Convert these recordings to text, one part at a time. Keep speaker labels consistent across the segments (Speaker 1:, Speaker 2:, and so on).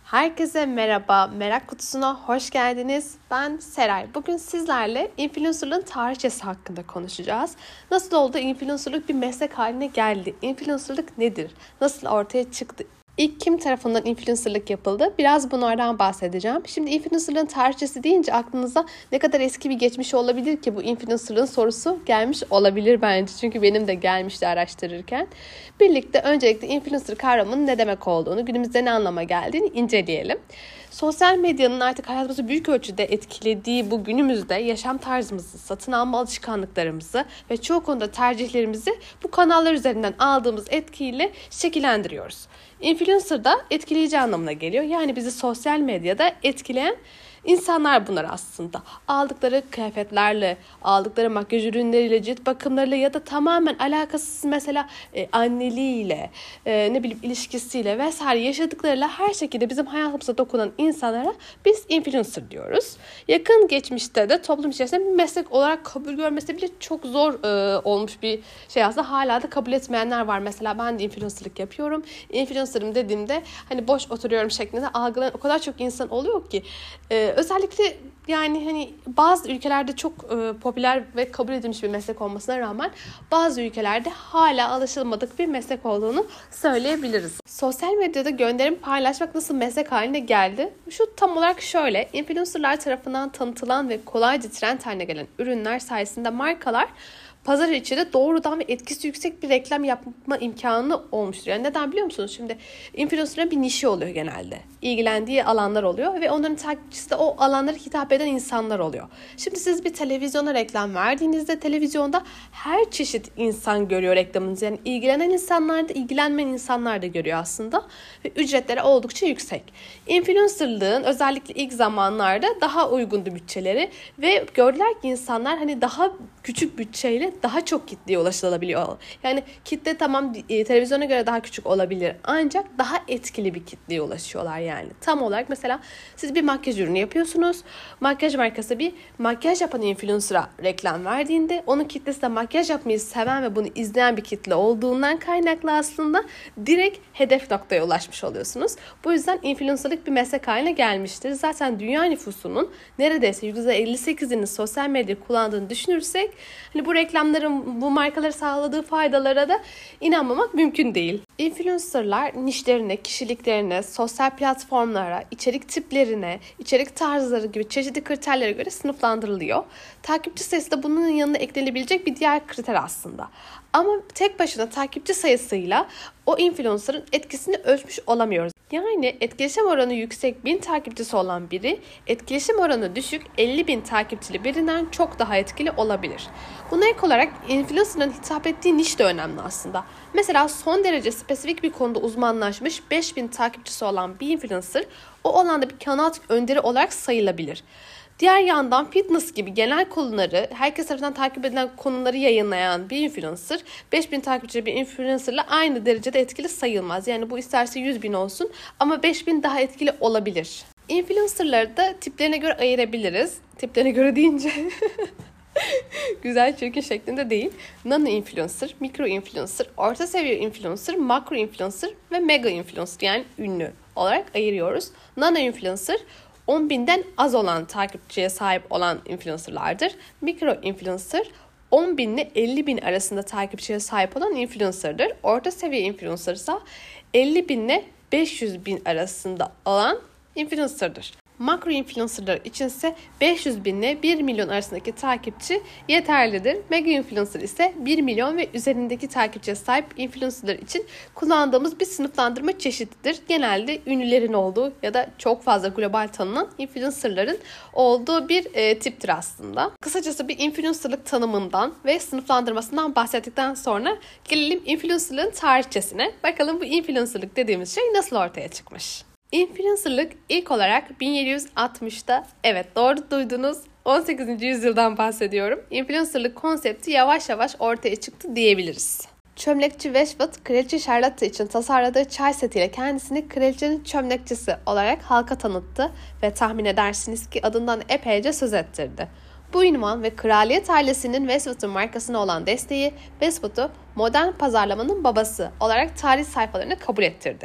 Speaker 1: Herkese merhaba, Merak Kutusu'na hoş geldiniz. Ben Seray. Bugün sizlerle influencerlığın tarihçesi hakkında konuşacağız. Nasıl oldu influencerlık bir meslek haline geldi? Influencerlık nedir? Nasıl ortaya çıktı? İlk kim tarafından influencerlık yapıldı? Biraz bunlardan bahsedeceğim. Şimdi influencerlığın tarihçesi deyince aklınıza ne kadar eski bir geçmiş olabilir ki bu influencerlığın sorusu gelmiş olabilir bence. Çünkü benim de gelmişti araştırırken. Birlikte öncelikle influencer kavramının ne demek olduğunu, günümüzde ne anlama geldiğini inceleyelim. Sosyal medyanın artık hayatımızı büyük ölçüde etkilediği bu günümüzde yaşam tarzımızı, satın alma alışkanlıklarımızı ve çoğu konuda tercihlerimizi bu kanallar üzerinden aldığımız etkiyle şekillendiriyoruz. Influencer da etkileyici anlamına geliyor. Yani bizi sosyal medyada etkileyen İnsanlar bunlar aslında. Aldıkları kıyafetlerle, aldıkları makyaj ürünleriyle, cilt bakımlarıyla ya da tamamen alakasız mesela anneliğiyle, ilişkisiyle vesaire yaşadıklarıyla her şekilde bizim hayatımıza dokunan insanlara biz influencer diyoruz. Yakın geçmişte de toplum içerisinde bir meslek olarak kabul görmesi bile çok zor olmuş bir şey aslında. Hala da kabul etmeyenler var. Mesela ben de influencerlık yapıyorum. Influencer'ım dediğimde hani boş oturuyorum şeklinde algılayan o kadar çok insan oluyor ki özellikle yani bazı ülkelerde çok popüler ve kabul edilmiş bir meslek olmasına rağmen bazı ülkelerde hala alışılmadık bir meslek olduğunu söyleyebiliriz. Sosyal medyada gönderim paylaşmak nasıl meslek haline geldi? Şu tam olarak şöyle: influencerlar tarafından tanıtılan ve kolayca trend haline gelen ürünler sayesinde markalar pazar içinde doğrudan ve etkisi yüksek bir reklam yapma imkanı olmuştur. Yani neden biliyor musunuz? Şimdi influencer'ın bir nişi oluyor genelde. İlgilendiği alanlar oluyor ve onların takipçisi de o alanlara hitap eden insanlar oluyor. Şimdi siz bir televizyona reklam verdiğinizde televizyonda her çeşit insan görüyor reklamınızı. Yani ilgilenen insanlar da ilgilenmeyen insanlar da görüyor aslında. Ve ücretleri oldukça yüksek. Influencer'lığın özellikle ilk zamanlarda daha uygundu bütçeleri ve gördüler ki insanlar daha küçük bütçeyle daha çok kitleye ulaşılabiliyor. Yani kitle tamam televizyona göre daha küçük olabilir ancak daha etkili bir kitleye ulaşıyorlar yani. Tam olarak mesela siz bir makyaj ürünü yapıyorsunuz. Makyaj markası bir makyaj yapan influencer'a reklam verdiğinde onun kitlesi de makyaj yapmayı seven ve bunu izleyen bir kitle olduğundan kaynaklı aslında direkt hedef noktaya ulaşmış oluyorsunuz. Bu yüzden influencerlık bir meslek haline gelmiştir. Zaten dünya nüfusunun neredeyse %58'inin sosyal medya kullandığını düşünürsek bu reklamların bu markalara sağladığı faydalara da inanmamak mümkün değil. Influencerlar nişlerine, kişiliklerine, sosyal platformlara, içerik tiplerine, içerik tarzları gibi çeşitli kriterlere göre sınıflandırılıyor. Takipçi sayısı da bunun yanına eklenebilecek bir diğer kriter aslında. Ama tek başına takipçi sayısıyla o influencer'ın etkisini ölçmüş olamıyoruz. Yani etkileşim oranı yüksek 1000 takipçisi olan biri, etkileşim oranı düşük 50.000 takipçili birinden çok daha etkili olabilir. Buna ek olarak influencer'ın hitap ettiği niş de önemli aslında. Mesela son derece spesifik bir konuda uzmanlaşmış 5000 takipçisi olan bir influencer o alanda bir kanal önderi olarak sayılabilir. Diğer yandan fitness gibi genel konuları, herkes tarafından takip edilen konuları yayınlayan bir influencer, 5000 takipçili bir influencerla aynı derecede etkili sayılmaz. Yani bu isterse 100.000 olsun ama 5000 daha etkili olabilir. Influencerları da tiplerine göre ayırabiliriz. Tiplerine göre deyince güzel çirkin şeklinde değil. Nano influencer, mikro influencer, orta seviye influencer, makro influencer ve mega influencer yani ünlü olarak ayırıyoruz. Nano influencer 10.000'den az olan takipçiye sahip olan influencerlardır. Mikro influencer 10.000 ile 50.000 arasında takipçiye sahip olan influencer'dır. Orta seviye influencer ise 50.000 ile 500.000 arasında olan influencer'dır. Makro influencerlar içinse 500.000 ile 1 milyon arasındaki takipçi yeterlidir. Mega influencer ise 1 milyon ve üzerindeki takipçiye sahip influencerlar için kullandığımız bir sınıflandırma çeşididir. Genelde ünlülerin olduğu ya da çok fazla global tanınan influencerların olduğu bir tiptir aslında. Kısacası bir influencerlık tanımından ve sınıflandırmasından bahsettikten sonra gelelim influencerlığın tarihçesine. Bakalım bu influencerlık dediğimiz şey nasıl ortaya çıkmış? Influencerlık ilk olarak 1760'da, evet doğru duydunuz, 18. yüzyıldan bahsediyorum. Influencerlık konsepti yavaş yavaş ortaya çıktı diyebiliriz. Çömlekçi Westwood, Kraliçe Charlotte için tasarladığı çay setiyle kendisini kraliçenin çömlekçisi olarak halka tanıttı ve tahmin edersiniz ki adından epeyce söz ettirdi. Bu ünvan ve kraliyet ailesinin Westwood'un markasına olan desteği Westwood'u modern pazarlamanın babası olarak tarih sayfalarına kabul ettirdi.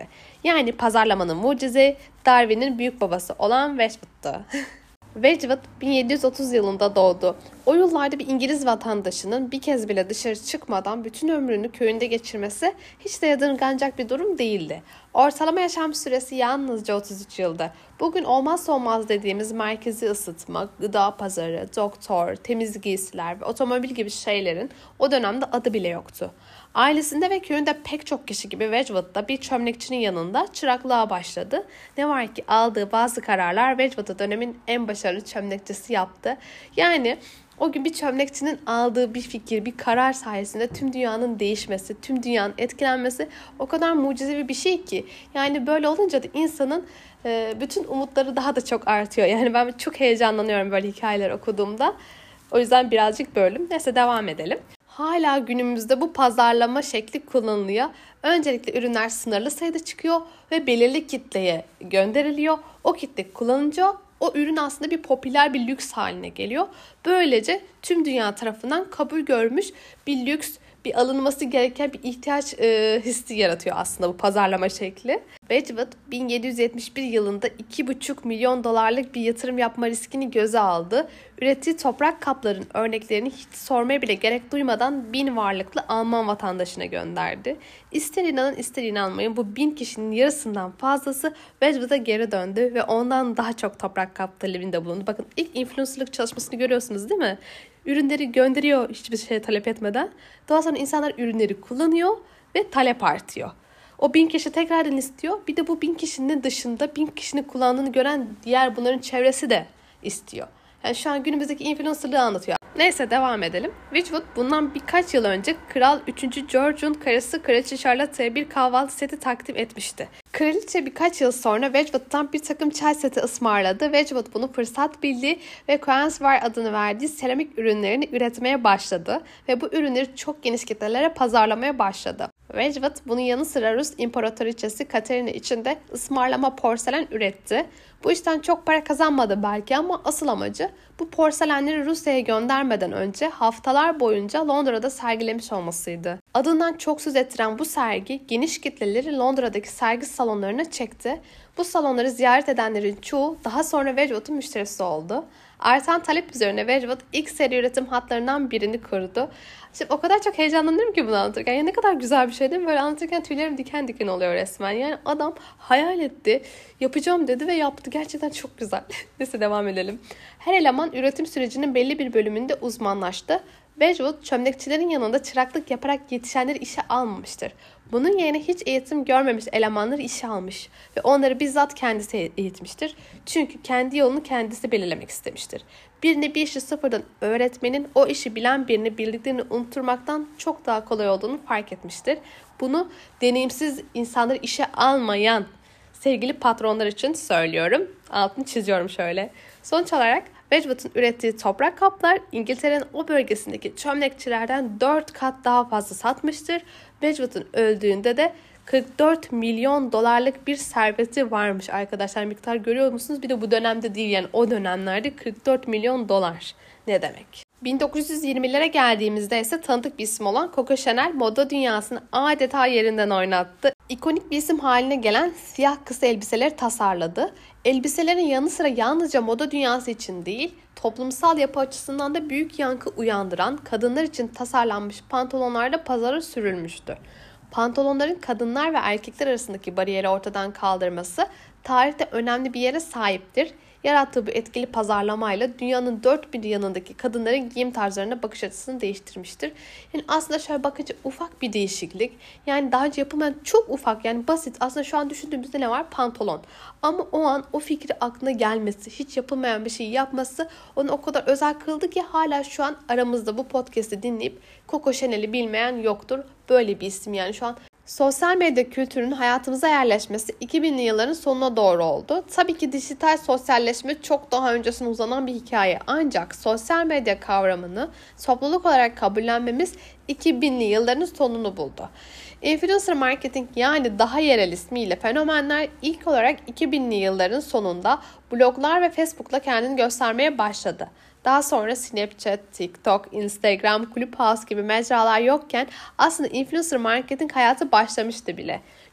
Speaker 1: Yani pazarlamanın mucize Darwin'in büyük babası olan Wedgwood'tu. Wedgwood 1730 yılında doğdu. O yıllarda bir İngiliz vatandaşının bir kez bile dışarı çıkmadan bütün ömrünü köyünde geçirmesi hiç de yadırganacak bir durum değildi. Ortalama yaşam süresi yalnızca 33 yıldı. Bugün olmazsa olmaz dediğimiz merkezi ısıtma, gıda pazarı, doktor, temiz giysiler ve otomobil gibi şeylerin o dönemde adı bile yoktu. Ailesinde ve köyünde pek çok kişi gibi Wedgwood da bir çömlekçinin yanında çıraklığa başladı. Ne var ki aldığı bazı kararlar Wedgwood'u dönemin en başarılı çömlekçisi yaptı. Yani o gün bir çömlekçinin aldığı bir fikir, bir karar sayesinde tüm dünyanın değişmesi, tüm dünyanın etkilenmesi o kadar mucizevi bir şey ki. Yani böyle olunca da insanın bütün umutları daha da çok artıyor. Yani ben çok heyecanlanıyorum böyle hikayeler okuduğumda. O yüzden birazcık böldüm. Neyse devam edelim. Hala günümüzde bu pazarlama şekli kullanılıyor. Öncelikle ürünler sınırlı sayıda çıkıyor ve belirli kitleye gönderiliyor. O kitle kullanınca o ürün aslında bir popüler bir lüks haline geliyor. Böylece tüm dünya tarafından kabul görmüş bir lüks, bir alınması gereken bir ihtiyaç hissi yaratıyor aslında bu pazarlama şekli. Wedgwood 1771 yılında $2,5 milyon bir yatırım yapma riskini göze aldı. Ürettiği toprak kapların örneklerini hiç sormaya bile gerek duymadan 1000 varlıklı Alman vatandaşına gönderdi. İster inanın ister inanmayın bu 1000 kişinin yarısından fazlası Wedgwood'a geri döndü ve ondan daha çok toprak kap talebinde bulundu. Bakın ilk influencerlık çalışmasını görüyorsunuz değil mi? Ürünleri gönderiyor hiçbir şey talep etmeden. Daha sonra insanlar ürünleri kullanıyor ve talep artıyor. O 1000 kişi tekrardan istiyor. Bir de bu 1000 kişinin dışında 1000 kişinin kullandığını gören diğer bunların çevresi de istiyor. Yani şu an günümüzdeki influencerlığı anlatıyor. Neyse devam edelim. Wedgwood bundan birkaç yıl önce Kral 3. George'un karısı Kraliçe Charlotte'ya bir kahvaltı seti takdim etmişti. Kraliçe birkaç yıl sonra Wedgwood'dan bir takım çay seti ısmarladı. Wedgwood bunu fırsat bildi ve Queensware adını verdiği seramik ürünlerini üretmeye başladı. Ve bu ürünleri çok geniş kitlelere pazarlamaya başladı. Wedgwood bunun yanı sıra Rus İmparatoriçesi Katerina için de ısmarlama porselen üretti. Bu işten çok para kazanmadı belki ama asıl amacı bu porselenleri Rusya'ya göndermeden önce haftalar boyunca Londra'da sergilemiş olmasıydı. Adından çok söz ettiren bu sergi geniş kitleleri Londra'daki sergi salonlarına çekti. Bu salonları ziyaret edenlerin çoğu daha sonra Wedgwood'un müşterisi oldu. Artan talep üzerine Wedgwood ilk seri üretim hatlarından birini kurdu. Şimdi o kadar çok heyecanlanıyorum ki bunu anlatırken. Ya ne kadar güzel bir şey değil mi? Böyle anlatırken tüylerim diken diken oluyor resmen. Yani adam hayal etti, yapacağım dedi ve yaptı. Gerçekten çok güzel. Neyse devam edelim. Her eleman üretim sürecinin belli bir bölümünde uzmanlaştı. Wedgwood çömlekçilerin yanında çıraklık yaparak yetişenleri işe almamıştır. Bunun yerine hiç eğitim görmemiş elemanları işe almış ve onları bizzat kendisi eğitmiştir. Çünkü kendi yolunu kendisi belirlemek istemiştir. Birine bir işi sıfırdan öğretmenin o işi bilen birini bildiklerini unutturmaktan çok daha kolay olduğunu fark etmiştir. Bunu deneyimsiz insanları işe almayan sevgili patronlar için söylüyorum. Altını çiziyorum şöyle. Sonuç olarak Wedgwood'un ürettiği toprak kaplar İngiltere'nin o bölgesindeki çömlekçilerden 4 kat daha fazla satmıştır. Wedgwood'un öldüğünde de $44 milyon bir serveti varmış arkadaşlar. Miktar görüyor musunuz? Bir de bu dönemde değil yani o dönemlerde $44 milyon ne demek? 1920'lere geldiğimizde ise tanıdık bir isim olan Coco Chanel moda dünyasını adeta yerinden oynattı. İkonik bir isim haline gelen siyah kısa elbiseleri tasarladı. Elbiselerin yanı sıra yalnızca moda dünyası için değil, toplumsal yapı açısından da büyük yankı uyandıran kadınlar için tasarlanmış pantolonlar da pazara sürülmüştü. Pantolonların kadınlar ve erkekler arasındaki bariyeri ortadan kaldırması tarihte önemli bir yere sahiptir. Yarattığı bu etkili pazarlamayla dünyanın dört bir yanındaki kadınların giyim tarzlarına bakış açısını değiştirmiştir. Yani aslında şöyle bakınca ufak bir değişiklik. Yani daha önce yapılmayan çok ufak yani basit. Aslında şu an düşündüğümüzde ne var? Pantolon. Ama o an o fikri aklına gelmesi, hiç yapılmayan bir şeyi yapması onu o kadar özel kıldı ki hala şu an aramızda bu podcast'i dinleyip Coco Chanel'i bilmeyen yoktur. Böyle bir isim yani şu an. Sosyal medya kültürünün hayatımıza yerleşmesi 2000'li yılların sonuna doğru oldu. Tabii ki dijital sosyalleşme çok daha öncesine uzanan bir hikaye. Ancak sosyal medya kavramını topluluk olarak kabullenmemiz 2000'li yılların sonunu buldu. Influencer marketing yani daha yerel ismiyle fenomenler ilk olarak 2000'li yılların sonunda bloglar ve Facebook'la kendini göstermeye başladı. Daha sonra Snapchat, TikTok, Instagram, Clubhouse gibi mecralar yokken aslında influencer marketing hayatı başlamıştı bile.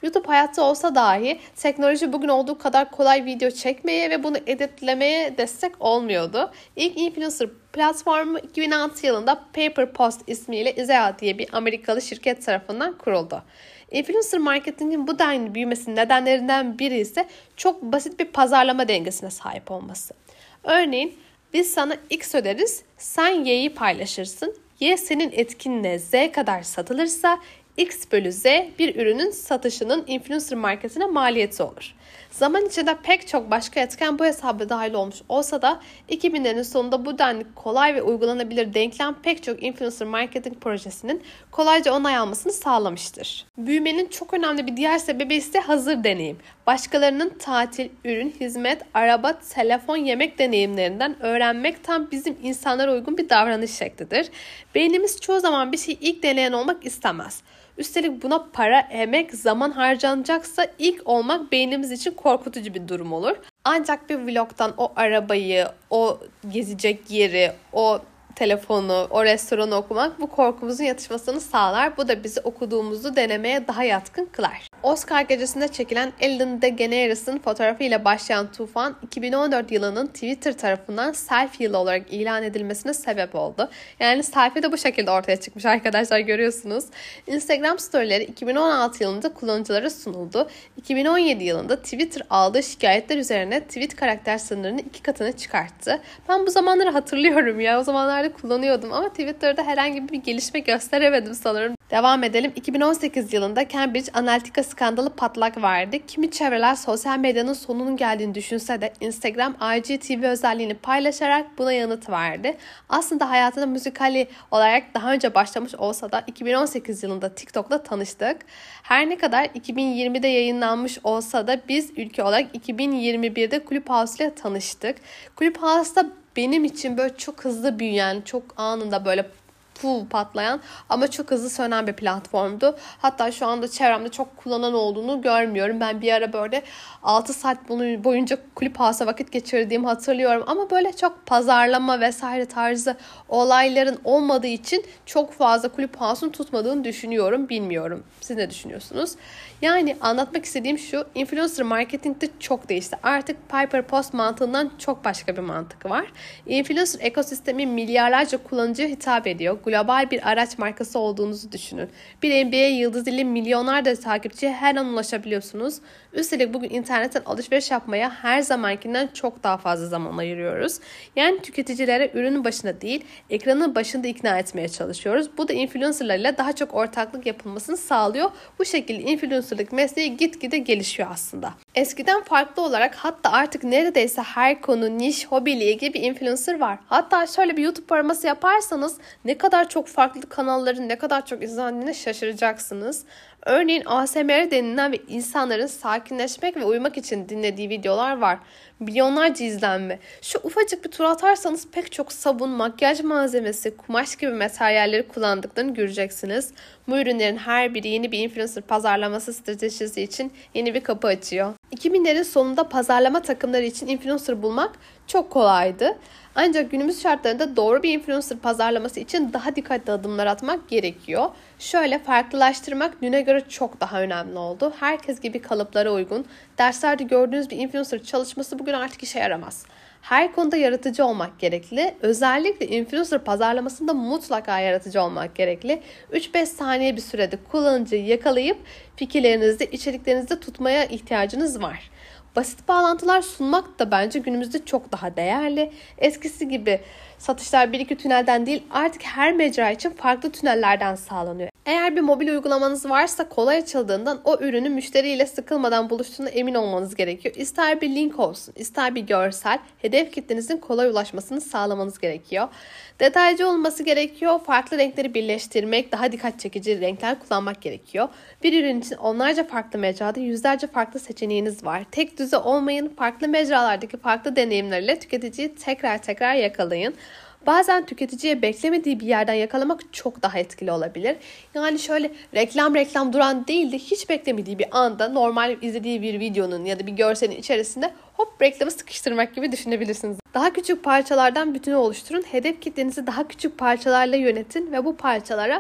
Speaker 1: YouTube hayatta olsa dahi teknoloji bugün olduğu kadar kolay video çekmeye ve bunu editlemeye destek olmuyordu. İlk influencer platformu 2006 yılında Paper Post ismiyle Izea diye bir Amerikalı şirket tarafından kuruldu. Influencer marketingin bu denli büyümesinin nedenlerinden biri ise çok basit bir pazarlama dengesine sahip olması. Örneğin biz sana X öderiz, sen Y'yi paylaşırsın. Y senin etkinle Z kadar satılırsa X bölü Z bir ürünün satışının influencer marketine maliyeti olur. Zaman içinde pek çok başka etken bu hesaba dahil olmuş olsa da 2000'lerin sonunda bu denli kolay ve uygulanabilir denklem pek çok influencer marketing projesinin kolayca onay almasını sağlamıştır. Büyümenin çok önemli bir diğer sebebi ise hazır deneyim. Başkalarının tatil, ürün, hizmet, araba, telefon, yemek deneyimlerinden öğrenmek tam bizim insanlara uygun bir davranış şeklidir. Beynimiz çoğu zaman bir şeyi ilk deneyen olmak istemez. Üstelik buna para, emek, zaman harcanacaksa ilk olmak beynimiz için korkutucu bir durum olur. Ancak bir vlogdan o arabayı, o gezecek yeri, o telefonu, o restoranı okumak bu korkumuzun yatışmasını sağlar. Bu da bizi okuduğumuzu denemeye daha yatkın kılar. Oscar gecesinde çekilen Ellen DeGeneres'in fotoğrafıyla başlayan tufan 2014 yılının Twitter tarafından selfie yılı olarak ilan edilmesine sebep oldu. Yani selfie de bu şekilde ortaya çıkmış arkadaşlar, görüyorsunuz. Instagram storyleri 2016 yılında kullanıcılara sunuldu. 2017 yılında Twitter aldığı şikayetler üzerine tweet karakter sınırını 2 katına çıkarttı. Ben bu zamanları hatırlıyorum ya. O zamanlarda kullanıyordum ama Twitter'da herhangi bir gelişme gösteremedim sanırım. Devam edelim. 2018 yılında Cambridge Analytica skandalı patlak verdi. Kimi çevreler sosyal medyanın sonunun geldiğini düşünse de Instagram IGTV özelliğini paylaşarak buna yanıt verdi. Aslında hayatına müzikali olarak daha önce başlamış olsa da 2018 yılında TikTok'la tanıştık. Her ne kadar 2020'de yayınlanmış olsa da biz ülke olarak 2021'de Clubhouse ile tanıştık. Clubhouse'da benim için böyle çok hızlı büyüyen, çok anında böyle patlayan ama çok hızlı sönen bir platformdu. Hatta şu anda çevremde çok kullanan olduğunu görmüyorum. Ben bir ara böyle 6 saat boyunca Clubhouse'a vakit geçirdiğimi hatırlıyorum. Ama böyle çok pazarlama vesaire tarzı olayların olmadığı için çok fazla Clubhouse'un tutmadığını düşünüyorum. Bilmiyorum. Siz ne düşünüyorsunuz? Yani anlatmak istediğim şu, influencer marketingde çok değişti. Artık Paper Post mantığından çok başka bir mantık var. Influencer ekosistemi milyarlarca kullanıcıya hitap ediyor. Global bir araç markası olduğunuzu düşünün. Bir NBA yıldızı ile milyonlarca takipçiye her an ulaşabiliyorsunuz. Üstelik bugün internetten alışveriş yapmaya her zamankinden çok daha fazla zaman ayırıyoruz. Yani tüketicilere ürünün başında değil, ekranın başında ikna etmeye çalışıyoruz. Bu da influencerlarla daha çok ortaklık yapılmasını sağlıyor. Bu şekilde influencerlık mesleği gitgide gelişiyor aslında. Eskiden farklı olarak, hatta artık neredeyse her konu, niş, hobiyle ilgili bir influencer var. Hatta şöyle bir YouTube araması yaparsanız ne kadar çok farklı kanalların ne kadar çok izlendiğine şaşıracaksınız. Örneğin ASMR denilen ve insanların sakinleşmek ve uyumak için dinlediği videolar var. Milyonlarca izlenme. Şu ufacık bir tur atarsanız pek çok sabun, makyaj malzemesi, kumaş gibi materyalleri kullandıklarını göreceksiniz. Bu ürünlerin her biri yeni bir influencer pazarlaması stratejisi için yeni bir kapı açıyor. 2000'lerin sonunda pazarlama takımları için influencer bulmak çok kolaydı. Ancak günümüz şartlarında doğru bir influencer pazarlaması için daha dikkatli adımlar atmak gerekiyor. Şöyle, farklılaştırmak düne göre çok daha önemli oldu. Herkes gibi kalıplara uygun, derslerde gördüğünüz bir influencer çalışması bugün artık işe yaramaz. Her konuda yaratıcı olmak gerekli. Özellikle influencer pazarlamasında mutlaka yaratıcı olmak gerekli. 3-5 saniye bir sürede kullanıcıyı yakalayıp fikirlerinizi, içeriklerinizde tutmaya ihtiyacınız var. Basit bağlantılar sunmak da bence günümüzde çok daha değerli. Eskisi gibi satışlar 1-2 tünelden değil, artık her mecra için farklı tünellerden sağlanıyor. Eğer bir mobil uygulamanız varsa kolay açıldığından o ürünü müşteriyle sıkılmadan buluştuğuna emin olmanız gerekiyor. İster bir link olsun, ister bir görsel, hedef kitlenizin kolay ulaşmasını sağlamanız gerekiyor. Detaycı olması gerekiyor. Farklı renkleri birleştirmek, daha dikkat çekici renkler kullanmak gerekiyor. Bir ürün için onlarca farklı mecrada yüzlerce farklı seçeneğiniz var. Tek düze olmayın, farklı mecralardaki farklı deneyimlerle tüketiciyi tekrar yakalayın. Bazen tüketiciye beklemediği bir yerden yakalamak çok daha etkili olabilir. Yani şöyle reklam duran değil de hiç beklemediği bir anda normal izlediği bir videonun ya da bir görselin içerisinde hop reklamı sıkıştırmak gibi düşünebilirsiniz. Daha küçük parçalardan bütünü oluşturun. Hedef kitlenizi daha küçük parçalarla yönetin ve bu parçalara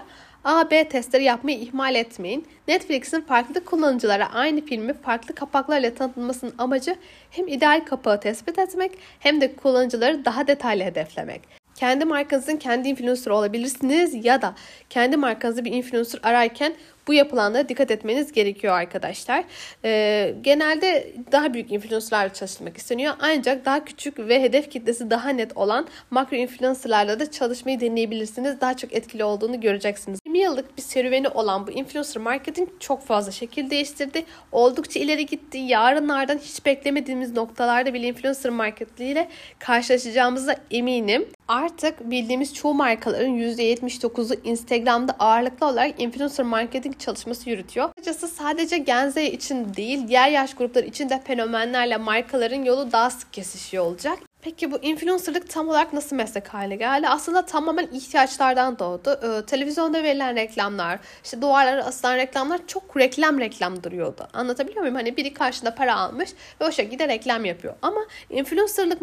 Speaker 1: A/B testleri yapmayı ihmal etmeyin. Netflix'in farklı kullanıcılara aynı filmi farklı kapaklarla tanıtılmasının amacı hem ideal kapağı tespit etmek hem de kullanıcıları daha detaylı hedeflemek. Kendi markanızın kendi influencer olabilirsiniz ya da kendi markanızı bir influencer ararken bu yapılanlara dikkat etmeniz gerekiyor arkadaşlar. Genelde daha büyük influencerlarla çalışmak isteniyor. Ancak daha küçük ve hedef kitlesi daha net olan makro influencerlarla da çalışmayı deneyebilirsiniz. Daha çok etkili olduğunu göreceksiniz. 20 yıllık bir serüveni olan bu influencer marketing çok fazla şekil değiştirdi. Oldukça ileri gitti. Yarınlardan hiç beklemediğimiz noktalarda bir influencer marketingiyle karşılaşacağımıza eminim. Artık bildiğimiz çoğu markaların %79'u Instagram'da ağırlıklı olarak influencer marketing çalışması yürütüyor. Açıkçası sadece Gen Z için değil, diğer yaş grupları için de fenomenlerle markaların yolu daha sık kesişiyor olacak. Peki bu influencerlık tam olarak nasıl meslek haline geldi? Aslında tamamen ihtiyaçlardan doğdu. Televizyonda verilen reklamlar, işte duvarlara asılan reklamlar çok reklam duruyordu. Anlatabiliyor muyum? Hani biri karşında para almış ve o şekilde reklam yapıyor. Ama influencer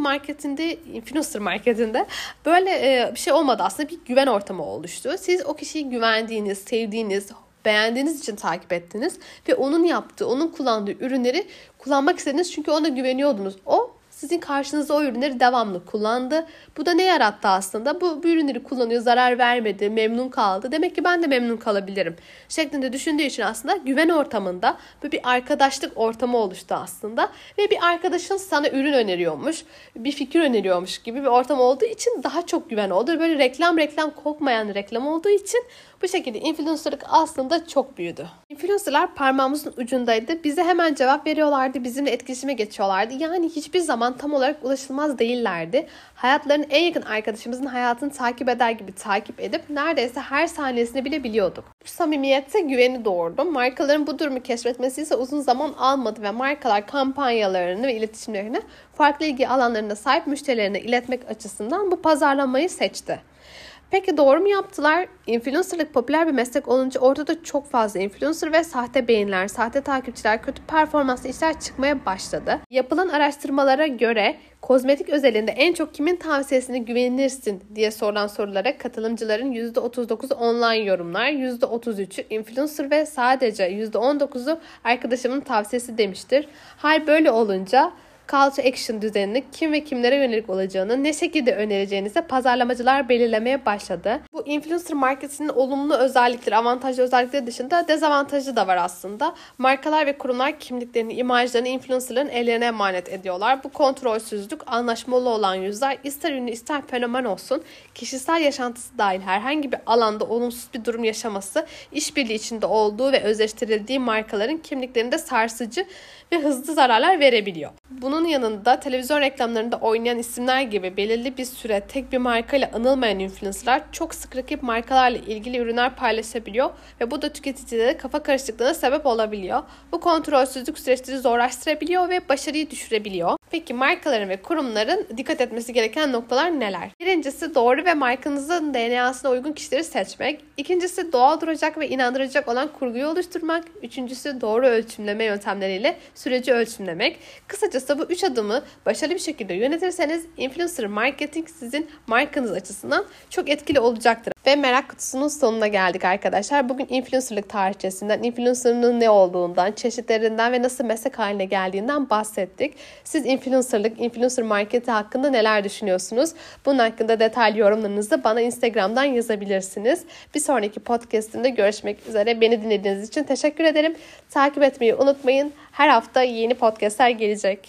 Speaker 1: marketinde böyle bir şey olmadı aslında. Bir güven ortamı oluştu. Siz o kişiyi güvendiğiniz, sevdiğiniz, beğendiğiniz için takip ettiniz ve onun yaptığı, onun kullandığı ürünleri kullanmak istediniz çünkü ona güveniyordunuz. O sizin karşınızda o ürünleri devamlı kullandı. Bu da ne yarattı aslında? Bu ürünleri kullanıyor, zarar vermedi, memnun kaldı. Demek ki ben de memnun kalabilirim şeklinde düşündüğü için aslında güven ortamında böyle bir arkadaşlık ortamı oluştu aslında. Ve bir arkadaşın sana ürün öneriyormuş, bir fikir öneriyormuş gibi bir ortam olduğu için daha çok güven oldu. Böyle reklam kokmayan reklam olduğu için bu şekilde influencerlık aslında çok büyüdü. Influencerlar parmağımızın ucundaydı. Bize hemen cevap veriyorlardı. Bizimle etkileşime geçiyorlardı. Yani hiçbir zaman tam olarak ulaşılmaz değillerdi. Hayatlarının en yakın arkadaşımızın hayatını takip eder gibi takip edip neredeyse her saniyesini bile biliyorduk. Bu samimiyette güveni doğurdu. Markaların bu durumu keşfetmesi ise uzun zaman almadı ve markalar kampanyalarını ve iletişimlerini farklı ilgi alanlarına sahip müşterilerine iletmek açısından bu pazarlamayı seçti. Peki doğru mu yaptılar? Influencerlık popüler bir meslek olunca ortada çok fazla influencer ve sahte beğeniler, sahte takipçiler, kötü performanslı işler çıkmaya başladı. Yapılan araştırmalara göre kozmetik özelinde en çok kimin tavsiyesine güvenirsin diye sorulan sorulara katılımcıların %39'u online yorumlar, %33'ü influencer ve sadece %19'u arkadaşımın tavsiyesi demiştir. Hal böyle olunca call to action düzenini kim ve kimlere yönelik olacağını, ne şekilde önereceğinizi pazarlamacılar belirlemeye başladı. Bu influencer marketingin olumlu özellikleri, avantajlı özellikleri dışında dezavantajı da var aslında. Markalar ve kurumlar kimliklerini, imajlarını influencerların ellerine emanet ediyorlar. Bu kontrolsüzlük, anlaşmalı olan yüzler ister ünlü ister fenomen olsun, kişisel yaşantısı dahil herhangi bir alanda olumsuz bir durum yaşaması, işbirliği içinde olduğu ve özleştirildiği markaların kimliklerinde sarsıcı ve hızlı zararlar verebiliyor. Bunun yanında televizyon reklamlarında oynayan isimler gibi belirli bir süre tek bir markayla anılmayan influencerlar çok sık rakip markalarla ilgili ürünler paylaşabiliyor ve bu da tüketicilere kafa karışıklığına sebep olabiliyor. Bu kontrolsüzlük süreçleri zorlaştırabiliyor ve başarıyı düşürebiliyor. Peki markaların ve kurumların dikkat etmesi gereken noktalar neler? Birincisi doğru ve markanızın DNA'sına uygun kişileri seçmek. İkincisi doğal duracak ve inandıracak olan kurguyu oluşturmak. Üçüncüsü doğru ölçümleme yöntemleriyle süreci ölçümlemek. Kısacası bu 3 adımı başarılı bir şekilde yönetirseniz influencer marketing sizin markanız açısından çok etkili olacaktır. Ve merak kutusunun sonuna geldik arkadaşlar. Bugün influencerlık tarihçesinden, influencer'ın ne olduğundan, çeşitlerinden ve nasıl meslek haline geldiğinden bahsettik. Siz influencer marketi hakkında neler düşünüyorsunuz? Bunun hakkında detaylı yorumlarınızı bana Instagram'dan yazabilirsiniz. Bir sonraki podcast'imde görüşmek üzere. Beni dinlediğiniz için teşekkür ederim. Takip etmeyi unutmayın. Her hafta yeni podcastler gelecek.